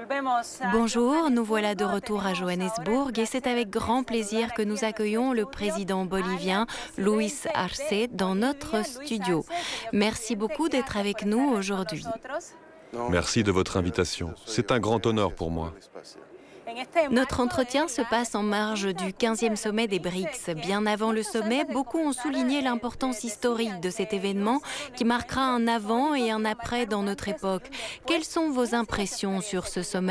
Bonjour, nous voilà de retour à Johannesburg et c'est avec grand plaisir que nous accueillons le président bolivien Luis Arce dans notre studio. Merci beaucoup d'être avec nous aujourd'hui. Merci de votre invitation. C'est un grand honneur pour moi. Notre entretien se passe en marge du 15e sommet des BRICS. Bien avant le sommet, beaucoup ont souligné l'importance historique de cet événement qui marquera un avant et un après dans notre époque. Quelles sont vos impressions sur ce sommet ?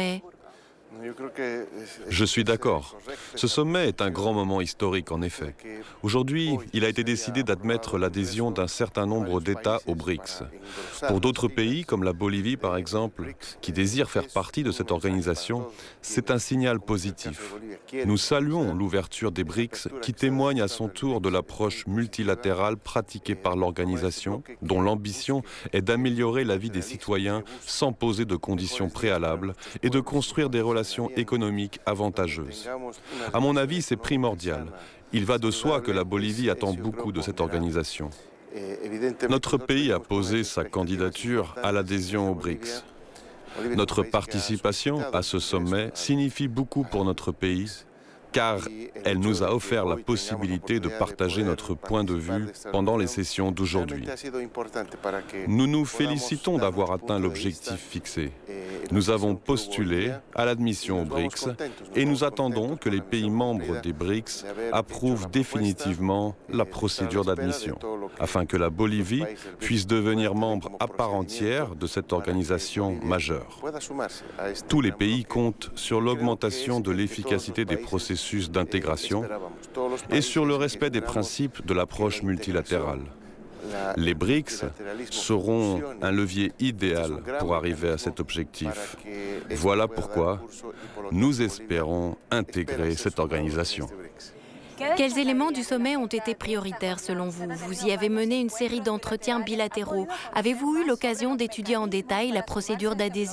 Je suis d'accord. Ce sommet est un grand moment historique, en effet. Aujourd'hui, il a été décidé d'admettre l'adhésion d'un certain nombre d'États aux BRICS. Pour d'autres pays, comme la Bolivie par exemple, qui désirent faire partie de cette organisation, c'est un signal positif. Nous saluons l'ouverture des BRICS qui témoigne à son tour de l'approche multilatérale pratiquée par l'organisation, dont l'ambition est d'améliorer la vie des citoyens sans poser de conditions préalables et de construire des relations économiques avantageuses. À mon avis, c'est primordial. Il va de soi que la Bolivie attend beaucoup de cette organisation. Notre pays a posé sa candidature à l'adhésion aux BRICS. Notre participation à ce sommet signifie beaucoup pour notre pays, car elle nous a offert la possibilité de partager notre point de vue pendant les sessions d'aujourd'hui. Nous nous félicitons d'avoir atteint l'objectif fixé. Nous avons postulé à l'admission aux BRICS et nous attendons que les pays membres des BRICS approuvent définitivement la procédure d'admission, afin que la Bolivie puisse devenir membre à part entière de cette organisation majeure. Tous les pays comptent sur l'augmentation de l'efficacité des processus d'intégration et sur le respect des principes de l'approche multilatérale. Les BRICS seront un levier idéal pour arriver à cet objectif. Voilà pourquoi nous espérons intégrer cette organisation. Quels éléments du sommet ont été prioritaires selon vous ? Vous y avez mené une série d'entretiens bilatéraux. Avez-vous eu l'occasion d'étudier en détail la procédure d'adhésion ?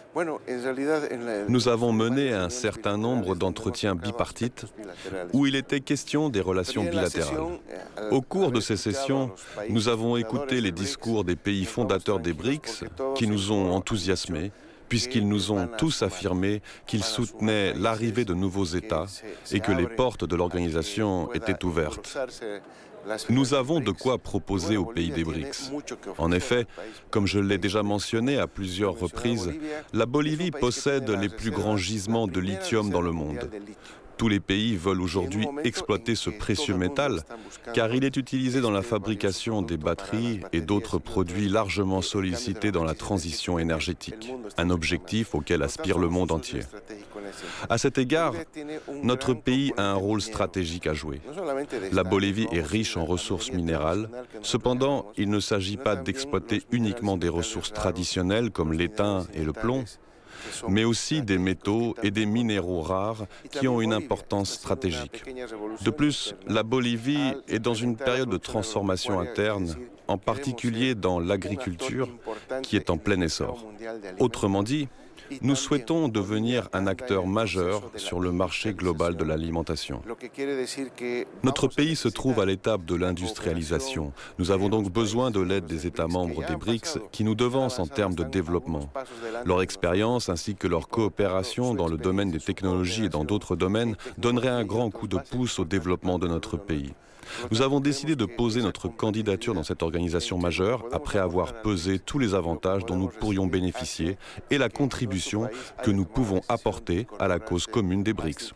Nous avons mené un certain nombre d'entretiens bipartites où il était question des relations bilatérales. Au cours de ces sessions, nous avons écouté les discours des pays fondateurs des BRICS qui nous ont enthousiasmés, puisqu'ils nous ont tous affirmé qu'ils soutenaient l'arrivée de nouveaux États et que les portes de l'organisation étaient ouvertes. Nous avons de quoi proposer aux pays des BRICS. En effet, comme je l'ai déjà mentionné à plusieurs reprises, la Bolivie possède les plus grands gisements de lithium dans le monde. Tous les pays veulent aujourd'hui exploiter ce précieux métal car il est utilisé dans la fabrication des batteries et d'autres produits largement sollicités dans la transition énergétique, un objectif auquel aspire le monde entier. À cet égard, notre pays a un rôle stratégique à jouer. La Bolivie est riche en ressources minérales, cependant, il ne s'agit pas d'exploiter uniquement des ressources traditionnelles comme l'étain et le plomb, mais aussi des métaux et des minéraux rares qui ont une importance stratégique. De plus, la Bolivie est dans une période de transformation interne, en particulier dans l'agriculture, qui est en plein essor. Autrement dit, nous souhaitons devenir un acteur majeur sur le marché global de l'alimentation. Notre pays se trouve à l'étape de l'industrialisation. Nous avons donc besoin de l'aide des États membres des BRICS qui nous devancent en termes de développement. Leur expérience ainsi que leur coopération dans le domaine des technologies et dans d'autres domaines donnerait un grand coup de pouce au développement de notre pays. Nous avons décidé de poser notre candidature dans cette organisation majeure après avoir pesé tous les avantages dont nous pourrions bénéficier et la contribution que nous pouvons apporter à la cause commune des BRICS.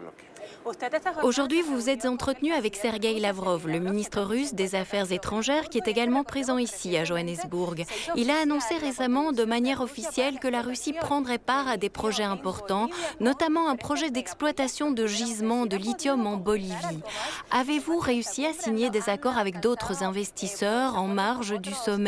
Aujourd'hui, vous vous êtes entretenu avec Sergueï Lavrov, le ministre russe des Affaires étrangères, qui est également présent ici à Johannesburg. Il a annoncé récemment de manière officielle que la Russie prendrait part à des projets importants, notamment un projet d'exploitation de gisements de lithium en Bolivie. Avez-vous réussi à signer des accords avec d'autres investisseurs en marge du sommet ?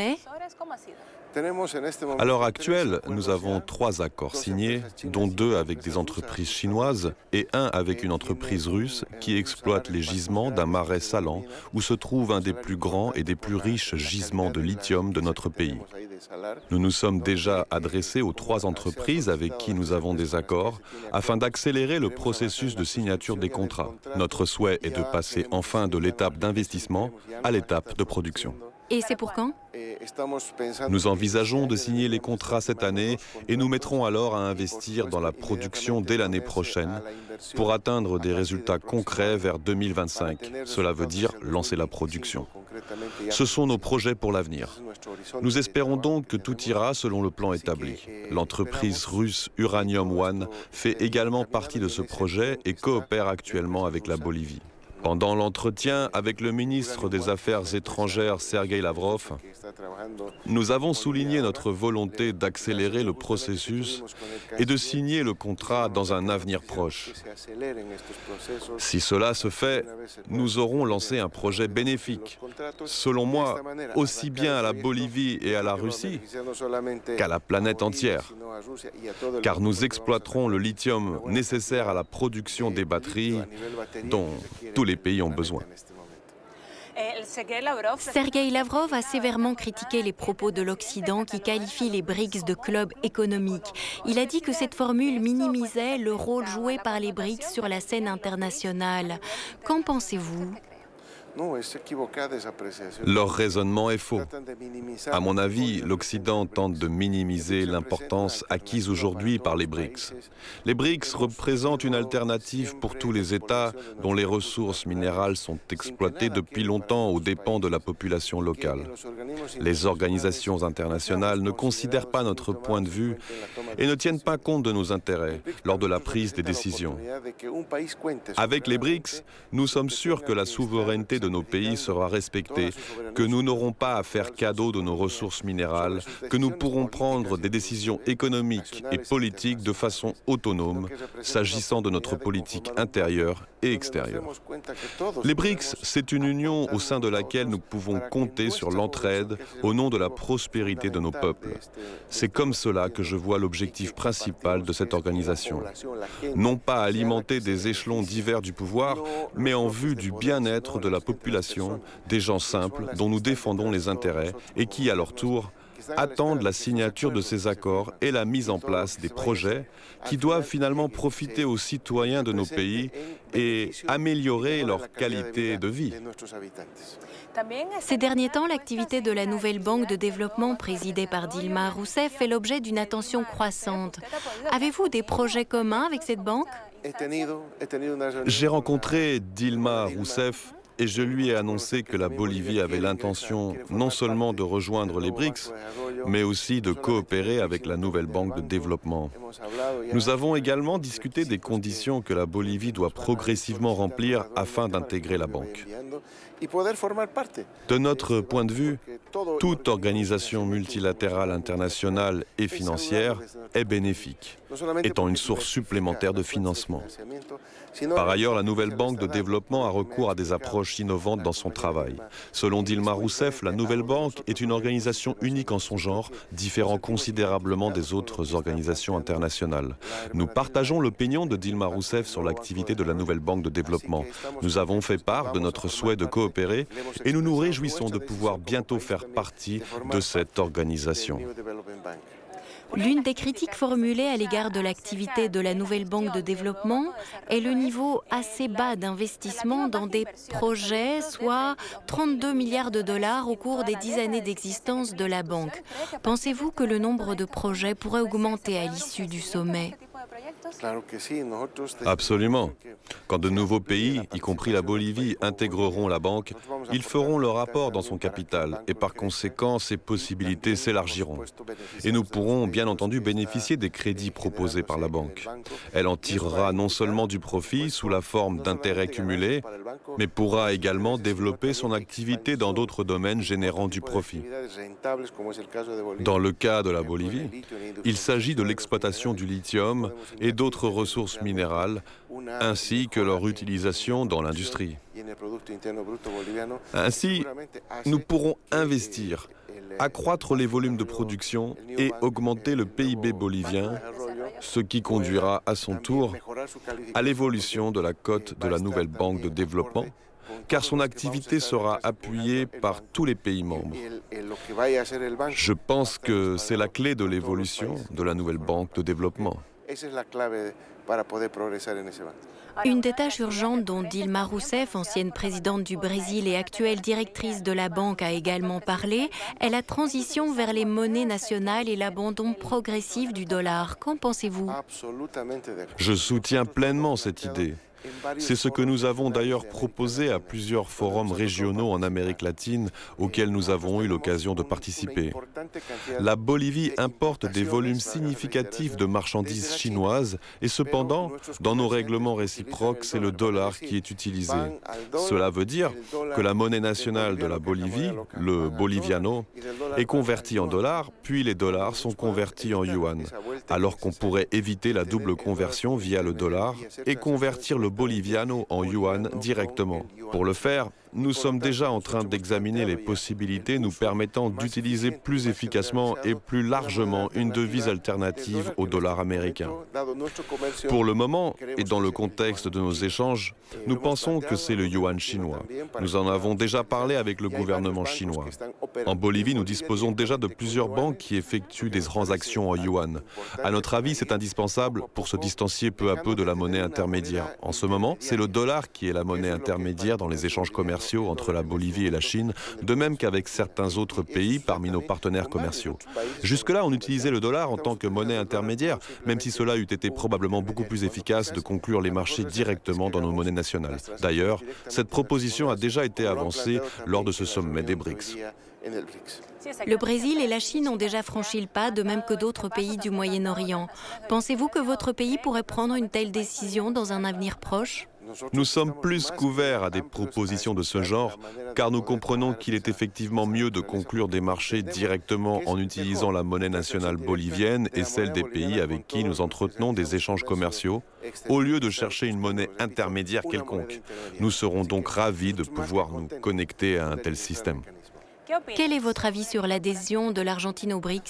À l'heure actuelle, nous avons 3 accords signés, dont 2 avec des entreprises chinoises et 1 avec une entreprise russe qui exploite les gisements d'un marais salant où se trouve un des plus grands et des plus riches gisements de lithium de notre pays. Nous nous sommes déjà adressés aux 3 entreprises avec qui nous avons des accords afin d'accélérer le processus de signature des contrats. Notre souhait est de passer enfin de l'étape d'investissement à l'étape de production. Et c'est pour quand ? Nous envisageons de signer les contrats cette année et nous mettrons alors à investir dans la production dès l'année prochaine pour atteindre des résultats concrets vers 2025. Cela veut dire lancer la production. Ce sont nos projets pour l'avenir. Nous espérons donc que tout ira selon le plan établi. L'entreprise russe Uranium One fait également partie de ce projet et coopère actuellement avec la Bolivie. Pendant l'entretien avec le ministre des Affaires étrangères Sergueï Lavrov, nous avons souligné notre volonté d'accélérer le processus et de signer le contrat dans un avenir proche. Si cela se fait, nous aurons lancé un projet bénéfique, selon moi, aussi bien à la Bolivie et à la Russie qu'à la planète entière, car nous exploiterons le lithium nécessaire à la production des batteries dont tous les pays ont besoin. Sergueï Lavrov a sévèrement critiqué les propos de l'Occident qui qualifie les BRICS de club économique. Il a dit que cette formule minimisait le rôle joué par les BRICS sur la scène internationale. Qu'en pensez-vous ? Leur raisonnement est faux. À mon avis, l'Occident tente de minimiser l'importance acquise aujourd'hui par les BRICS. Les BRICS représentent une alternative pour tous les États dont les ressources minérales sont exploitées depuis longtemps aux dépens de la population locale. Les organisations internationales ne considèrent pas notre point de vue et ne tiennent pas compte de nos intérêts lors de la prise des décisions. Avec les BRICS, nous sommes sûrs que la souveraineté de nos pays sera respectée, que nous n'aurons pas à faire cadeau de nos ressources minérales, que nous pourrons prendre des décisions économiques et politiques de façon autonome, s'agissant de notre politique intérieure et extérieure. Les BRICS, c'est une union au sein de laquelle nous pouvons compter sur l'entraide au nom de la prospérité de nos peuples. C'est comme cela que je vois l'objectif principal de cette organisation. Non pas alimenter des échelons divers du pouvoir, mais en vue du bien-être de la population, des gens simples dont nous défendons les intérêts et qui, à leur tour, attendent la signature de ces accords et la mise en place des projets qui doivent finalement profiter aux citoyens de nos pays et améliorer leur qualité de vie. Ces derniers temps, l'activité de la nouvelle banque de développement présidée par Dilma Rousseff fait l'objet d'une attention croissante. Avez-vous des projets communs avec cette banque ? J'ai rencontré Dilma Rousseff et je lui ai annoncé que la Bolivie avait l'intention non seulement de rejoindre les BRICS, mais aussi de coopérer avec la nouvelle banque de développement. Nous avons également discuté des conditions que la Bolivie doit progressivement remplir afin d'intégrer la banque. De notre point de vue, toute organisation multilatérale internationale et financière est bénéfique, étant une source supplémentaire de financement. Par ailleurs, la nouvelle banque de développement a recours à des approches innovantes dans son travail. Selon Dilma Rousseff, la nouvelle banque est une organisation unique en son genre, différant considérablement des autres organisations internationales. Nous partageons l'opinion de Dilma Rousseff sur l'activité de la nouvelle banque de développement. Nous avons fait part de notre souhait de coopérer et nous nous réjouissons de pouvoir bientôt faire partie de cette organisation. L'une des critiques formulées à l'égard de l'activité de la nouvelle banque de développement est le niveau assez bas d'investissement dans des projets, soit 32 milliards de dollars au cours des 10 années d'existence de la banque. Pensez-vous que le nombre de projets pourrait augmenter à l'issue du sommet ? Absolument. Quand de nouveaux pays, y compris la Bolivie, intégreront la banque, ils feront leur apport dans son capital et par conséquent, ses possibilités s'élargiront. Et nous pourrons bien entendu bénéficier des crédits proposés par la banque. Elle en tirera non seulement du profit sous la forme d'intérêts cumulés, mais pourra également développer son activité dans d'autres domaines générant du profit. Dans le cas de la Bolivie, il s'agit de l'exploitation du lithium et d'autres ressources minérales, ainsi que leur utilisation dans l'industrie. Ainsi, nous pourrons investir, accroître les volumes de production et augmenter le PIB bolivien, ce qui conduira à son tour à l'évolution de la cote de la nouvelle banque de développement, car son activité sera appuyée par tous les pays membres. Je pense que c'est la clé de l'évolution de la nouvelle banque de développement. Une des tâches urgentes dont Dilma Rousseff, ancienne présidente du Brésil et actuelle directrice de la banque, a également parlé, est la transition vers les monnaies nationales et l'abandon progressif du dollar. Qu'en pensez-vous? Je soutiens pleinement cette idée. C'est ce que nous avons d'ailleurs proposé à plusieurs forums régionaux en Amérique latine auxquels nous avons eu l'occasion de participer. La Bolivie importe des volumes significatifs de marchandises chinoises et cependant, dans nos règlements réciproques, c'est le dollar qui est utilisé. Cela veut dire que la monnaie nationale de la Bolivie, le boliviano, est convertie en dollars, puis les dollars sont convertis en yuan, alors qu'on pourrait éviter la double conversion via le dollar et convertir le boliviano en yuan directement. Pour le faire, nous sommes déjà en train d'examiner les possibilités nous permettant d'utiliser plus efficacement et plus largement une devise alternative au dollar américain. Pour le moment, et dans le contexte de nos échanges, nous pensons que c'est le yuan chinois. Nous en avons déjà parlé avec le gouvernement chinois. En Bolivie, nous disposons déjà de plusieurs banques qui effectuent des transactions en yuan. À notre avis, c'est indispensable pour se distancier peu à peu de la monnaie intermédiaire. En ce moment, c'est le dollar qui est la monnaie intermédiaire dans les échanges commerciaux entre la Bolivie et la Chine, de même qu'avec certains autres pays parmi nos partenaires commerciaux. Jusque-là, on utilisait le dollar en tant que monnaie intermédiaire, même si cela eût été probablement beaucoup plus efficace de conclure les marchés directement dans nos monnaies nationales. D'ailleurs, cette proposition a déjà été avancée lors de ce sommet des BRICS. Le Brésil et la Chine ont déjà franchi le pas, de même que d'autres pays du Moyen-Orient. Pensez-vous que votre pays pourrait prendre une telle décision dans un avenir proche ? Nous sommes plus couverts à des propositions de ce genre, car nous comprenons qu'il est effectivement mieux de conclure des marchés directement en utilisant la monnaie nationale bolivienne et celle des pays avec qui nous entretenons des échanges commerciaux, au lieu de chercher une monnaie intermédiaire quelconque. Nous serons donc ravis de pouvoir nous connecter à un tel système. Quel est votre avis sur l'adhésion de l'Argentine aux BRICS ?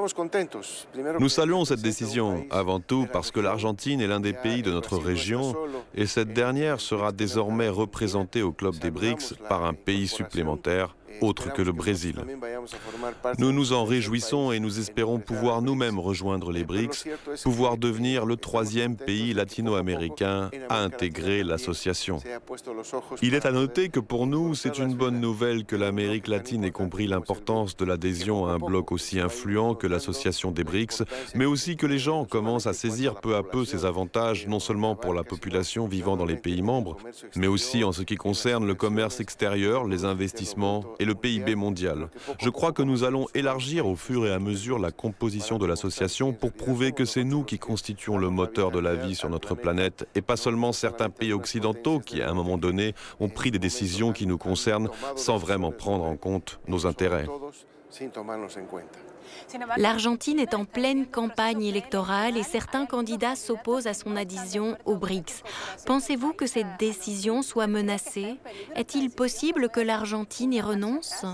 Nous saluons cette décision, avant tout parce que l'Argentine est l'un des pays de notre région et cette dernière sera désormais représentée au club des BRICS par un pays supplémentaire, autre que le Brésil. Nous nous en réjouissons et nous espérons pouvoir nous-mêmes rejoindre les BRICS, pouvoir devenir le 3e pays latino-américain à intégrer l'association. Il est à noter que pour nous, c'est une bonne nouvelle que l'Amérique latine ait compris l'importance de l'adhésion à un bloc aussi influent que l'association des BRICS, mais aussi que les gens commencent à saisir peu à peu ces avantages, non seulement pour la population vivant dans les pays membres, mais aussi en ce qui concerne le commerce extérieur, les investissements et le PIB mondial. Je crois que nous allons élargir au fur et à mesure la composition de l'association pour prouver que c'est nous qui constituons le moteur de la vie sur notre planète et pas seulement certains pays occidentaux qui, à un moment donné, ont pris des décisions qui nous concernent sans vraiment prendre en compte nos intérêts. L'Argentine est en pleine campagne électorale et certains candidats s'opposent à son adhésion aux BRICS. Pensez-vous que cette décision soit menacée? Est-il possible que l'Argentine y renonce?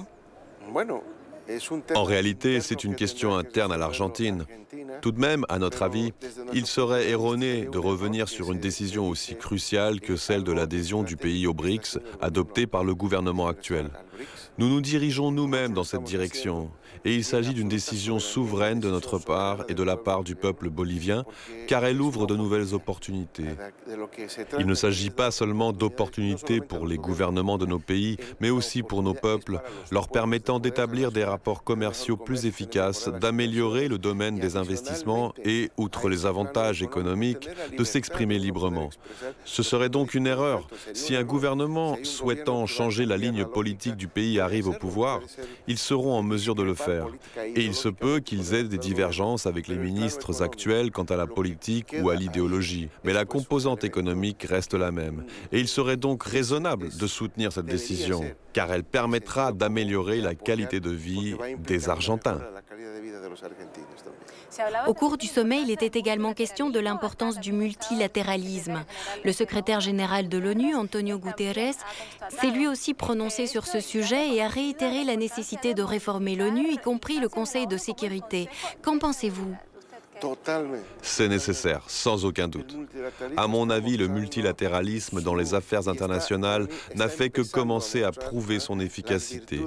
En réalité, c'est une question interne à l'Argentine. Tout de même, à notre avis, il serait erroné de revenir sur une décision aussi cruciale que celle de l'adhésion du pays aux BRICS, adoptée par le gouvernement actuel. Nous nous dirigeons nous-mêmes dans cette direction, et il s'agit d'une décision souveraine de notre part et de la part du peuple bolivien, car elle ouvre de nouvelles opportunités. Il ne s'agit pas seulement d'opportunités pour les gouvernements de nos pays, mais aussi pour nos peuples, leur permettant d'établir des rapports commerciaux plus efficaces, d'améliorer le domaine des investissements et, outre les avantages économiques, de s'exprimer librement. Ce serait donc une erreur. Si un gouvernement souhaitant changer la ligne politique du pays arrive au pouvoir, ils seront en mesure de le faire. Et il se peut qu'ils aient des divergences avec les ministres actuels quant à la politique ou à l'idéologie. Mais la composante économique reste la même. Et il serait donc raisonnable de soutenir cette décision, car elle permettra d'améliorer la qualité de vie des Argentins. Au cours du sommet, il était également question de l'importance du multilatéralisme. Le secrétaire général de l'ONU, Antonio Guterres, s'est lui aussi prononcé sur ce sujet et a réitéré la nécessité de réformer l'ONU, y compris le Conseil de sécurité. Qu'en pensez-vous ? C'est nécessaire, sans aucun doute. À mon avis, le multilatéralisme dans les affaires internationales n'a fait que commencer à prouver son efficacité,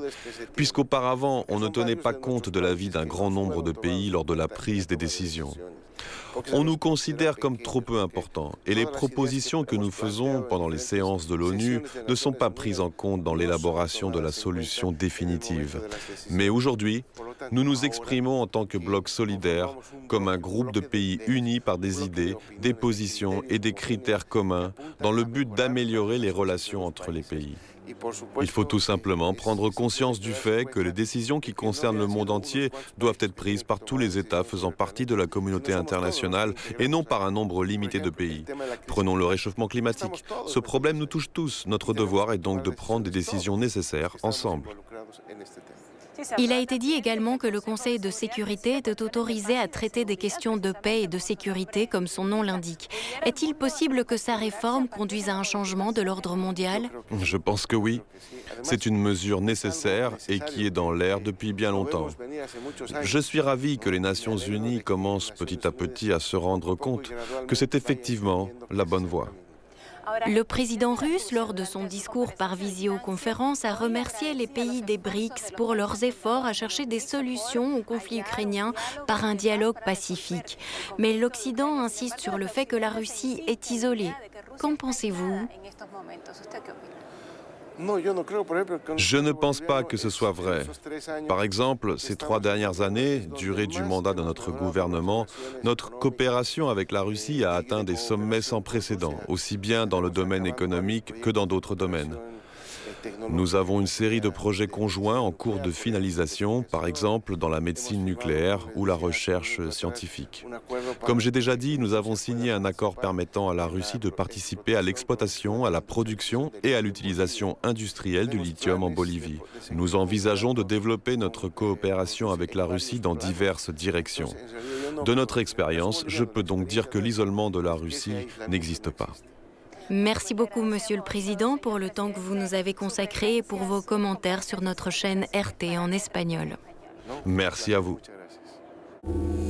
puisqu'auparavant, on ne tenait pas compte de l'avis d'un grand nombre de pays lors de la prise des décisions. On nous considère comme trop peu importants et les propositions que nous faisons pendant les séances de l'ONU ne sont pas prises en compte dans l'élaboration de la solution définitive. Mais aujourd'hui, nous nous exprimons en tant que bloc solidaire, comme un groupe de pays unis par des idées, des positions et des critères communs dans le but d'améliorer les relations entre les pays. Il faut tout simplement prendre conscience du fait que les décisions qui concernent le monde entier doivent être prises par tous les États faisant partie de la communauté internationale et non par un nombre limité de pays. Prenons le réchauffement climatique. Ce problème nous touche tous. Notre devoir est donc de prendre des décisions nécessaires ensemble. Il a été dit également que le Conseil de sécurité était autorisé à traiter des questions de paix et de sécurité comme son nom l'indique. Est-il possible que sa réforme conduise à un changement de l'ordre mondial? Je pense que oui. C'est une mesure nécessaire et qui est dans l'air depuis bien longtemps. Je suis ravi que les Nations Unies commencent petit à petit à se rendre compte que c'est effectivement la bonne voie. Le président russe, lors de son discours par visioconférence, a remercié les pays des BRICS pour leurs efforts à chercher des solutions au conflit ukrainien par un dialogue pacifique. Mais l'Occident insiste sur le fait que la Russie est isolée. Qu'en pensez-vous ? Je ne pense pas que ce soit vrai. Par exemple, ces 3 dernières années, durée du mandat de notre gouvernement, notre coopération avec la Russie a atteint des sommets sans précédent, aussi bien dans le domaine économique que dans d'autres domaines. Nous avons une série de projets conjoints en cours de finalisation, par exemple dans la médecine nucléaire ou la recherche scientifique. Comme j'ai déjà dit, nous avons signé un accord permettant à la Russie de participer à l'exploitation, à la production et à l'utilisation industrielle du lithium en Bolivie. Nous envisageons de développer notre coopération avec la Russie dans diverses directions. De notre expérience, je peux donc dire que l'isolement de la Russie n'existe pas. Merci beaucoup, Monsieur le Président, pour le temps que vous nous avez consacré et pour vos commentaires sur notre chaîne RT en espagnol. Merci à vous.